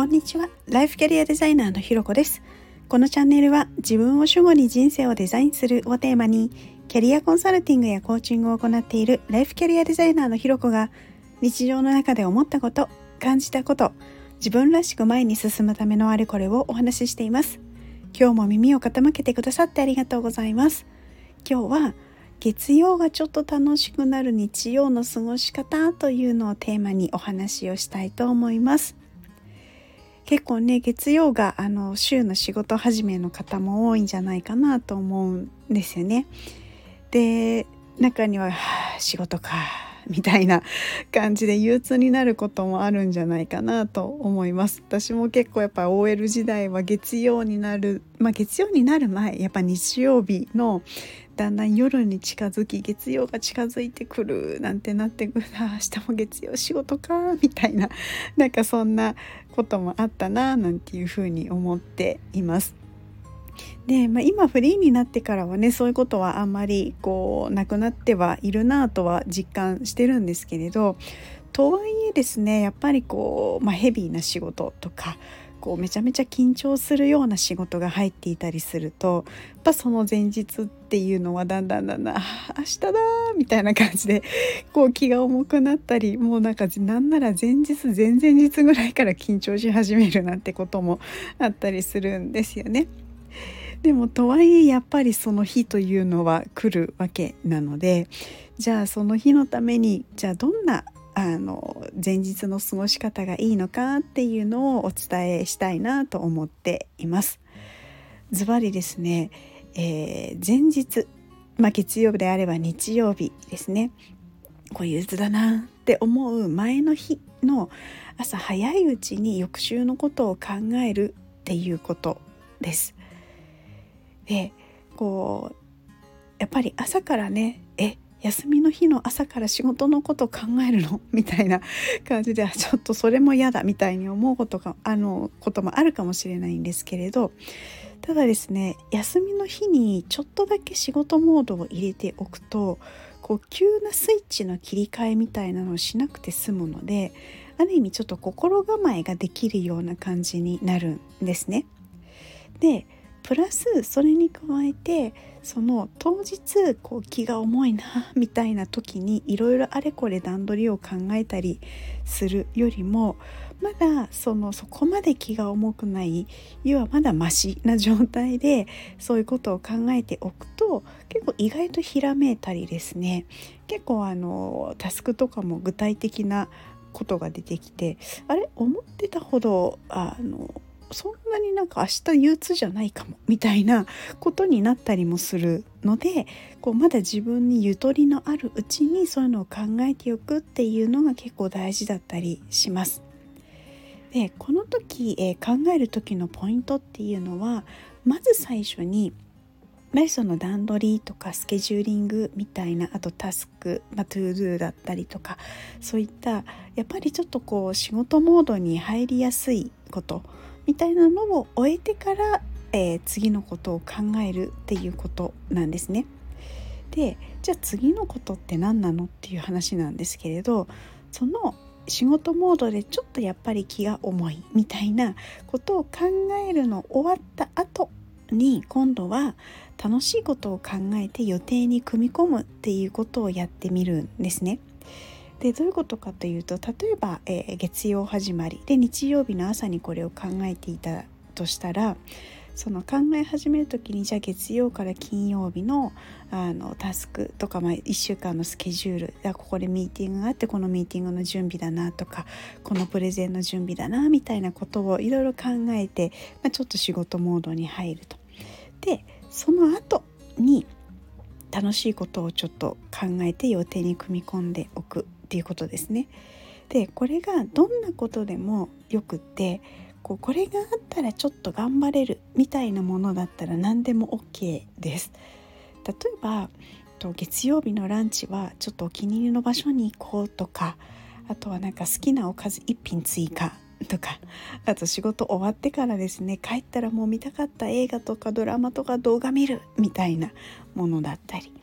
んにちは。ライフキャリアデザイナーのひろこです。このチャンネルは自分を主語に人生をデザインするをテーマに、キャリアコンサルティングやコーチングを行っているライフキャリアデザイナーのひろこが、日常の中で思ったこと、感じたこと、自分らしく前に進むためのあれこれをお話ししています。今日も耳を傾けてくださってありがとうございます。今日は月曜がちょっと楽しくなる日曜の過ごし方というのをテーマにお話をしたいと思います。結構ね、月曜が週の仕事始めの方も多いんじゃないかなと思うんですよね。で、中には仕事かみたいな感じで憂鬱になることもあるんじゃないかなと思います。私も結構やっぱ OL 時代は月曜になる前、やっぱ日曜日のだんだん夜に近づき、月曜が近づいてくるなんてなってくる、明日も月曜仕事かみたいな、なんかそんなこともあったななんていうふうに思っています。で、今フリーになってからはね、そういうことはあんまりなくなってはいるなとは実感してるんですけれど、とはいえですね、やっぱりヘビーな仕事とかめちゃめちゃ緊張するような仕事が入っていたりすると、やっぱその前日っていうのはだんだん明日だみたいな感じで気が重くなったり、もうなんなら前々日ぐらいから緊張し始めるなんてこともあったりするんですよね。でもとはいえやっぱりその日というのは来るわけなので、じゃあその日のためにどんな前日の過ごし方がいいのかっていうのをお伝えしたいなと思っています。ズバリですね、前日、月曜日であれば日曜日ですね、憂鬱だなって思う前の日の朝早いうちに翌週のことを考えるっていうことです。で、やっぱり朝からね、休みの日の朝から仕事のこと考えるのみたいな感じで、ちょっとそれも嫌だみたいに思うこともあるかもしれないんですけれど、ただですね、休みの日にちょっとだけ仕事モードを入れておくと、急なスイッチの切り替えみたいなのをしなくて済むので、ある意味ちょっと心構えができるような感じになるんですね。でプラスそれに加えて、その当日気が重いなみたいな時にいろいろあれこれ段取りを考えたりするよりも、まだそこまで気が重くない、要はまだマシな状態でそういうことを考えておくと、結構意外とひらめいたりですね、結構タスクとかも具体的なことが出てきて、思ってたほどそんなに明日憂鬱じゃないかもみたいなことになったりもするので、まだ自分にゆとりのあるうちにそういうのを考えておくっていうのが結構大事だったりします。で、この時、考える時のポイントっていうのは、まず最初にその段取りとかスケジューリングみたいな、あとタスク、トゥードゥだったりとか、そういったやっぱりちょっと仕事モードに入りやすいことみたいなのを終えてから、次のことを考えるっていうことなんですね。で、じゃあ次のことって何なのっていう話なんですけれど、その仕事モードでちょっとやっぱり気が重いみたいなことを考えるの終わった後に、今度は楽しいことを考えて予定に組み込むっていうことをやってみるんですね。で、どういうことかというと、例えば、月曜始まりで日曜日の朝にこれを考えていたとしたら、その考え始める時に、じゃあ月曜から金曜日のタスクとか、1週間のスケジュール、ここでミーティングがあって、このミーティングの準備だなとか、このプレゼンの準備だなみたいなことをいろいろ考えて、ちょっと仕事モードに入ると。で、その後に楽しいことをちょっと考えて予定に組み込んでおくっていうことですね。で、これがどんなことでもよくって、これがあったらちょっと頑張れるみたいなものだったら何でも OK です。例えば月曜日のランチはちょっとお気に入りの場所に行こうとか、あとは好きなおかず1品追加とか、あと仕事終わってからですね、帰ったらもう見たかった映画とかドラマとか動画見るみたいなものだったり、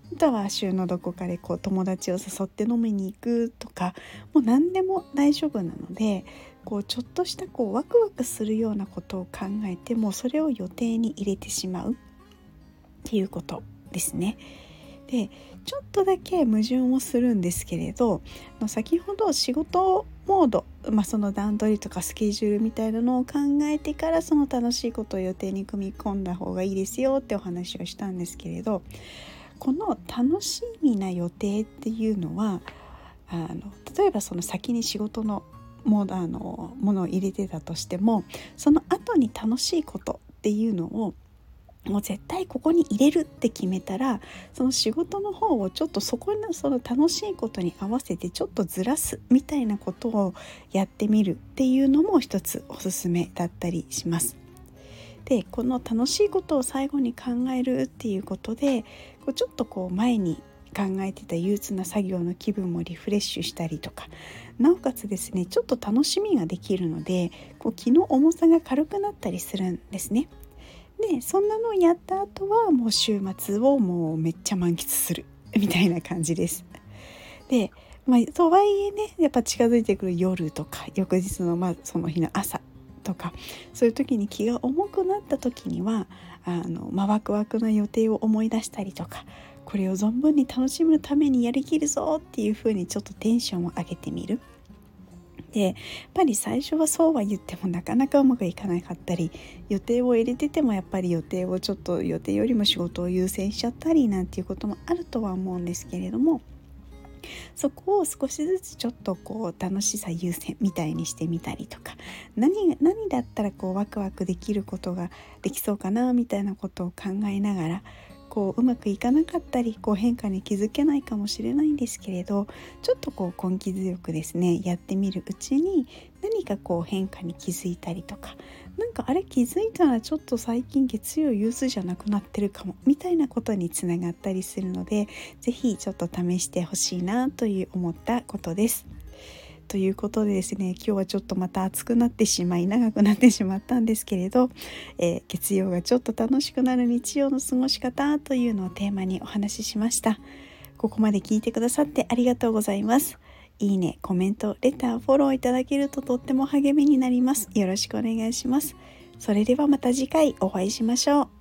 あとは週のどこかで友達を誘って飲みに行くとか、もう何でも大丈夫なので、ちょっとしたワクワクするようなことを考えてもそれを予定に入れてしまうっていうことですね。でちょっとだけ矛盾をするんですけれど、先ほど仕事モード、その段取りとかスケジュールみたいなのを考えてからその楽しいことを予定に組み込んだ方がいいですよってお話をしたんですけれど、この楽しみな予定っていうのは例えばその先に仕事のものを入れてたとしても、その後に楽しいことっていうのをもう絶対ここに入れるって決めたら、その仕事の方をちょっとその楽しいことに合わせてちょっとずらすみたいなことをやってみるっていうのも一つおすすめだったりします。でこの楽しいことを最後に考えるっていうことでちょっと前に考えてた憂鬱な作業の気分もリフレッシュしたりとか、なおかつですねちょっと楽しみができるので気の重さが軽くなったりするんですね。でそんなのをやった後はもう週末をもうめっちゃ満喫するみたいな感じです。で、とはいえねやっぱ近づいてくる夜とか翌日のその日の朝とか、そういう時に気が重くなった時にはワクワクな予定を思い出したりとか、これを存分に楽しむためにやりきるぞっていう風にちょっとテンションを上げてみる。でやっぱり最初はそうは言ってもなかなかうまくいかなかったり、予定を入れててもやっぱり予定よりも仕事を優先しちゃったりなんていうこともあるとは思うんですけれども、そこを少しずつちょっと楽しさ優先みたいにしてみたりとか、何だったらワクワクできることができそうかなみたいなことを考えながら、うまくいかなかったり変化に気づけないかもしれないんですけれど、ちょっと根気強くですねやってみるうちに何か変化に気づいたりとか、あれ気づいたらちょっと最近月曜憂鬱じゃなくなってるかもみたいなことにつながったりするので、ぜひちょっと試してほしいなという思ったことです。ということでですね、今日はちょっとまた暑くなってしまい長くなってしまったんですけれど、月曜がちょっと楽しくなる日曜の過ごし方というのをテーマにお話ししました。ここまで聞いてくださってありがとうございます。いいね、コメント、レター、フォローいただけるととっても励みになります。よろしくお願いします。それではまた次回お会いしましょう。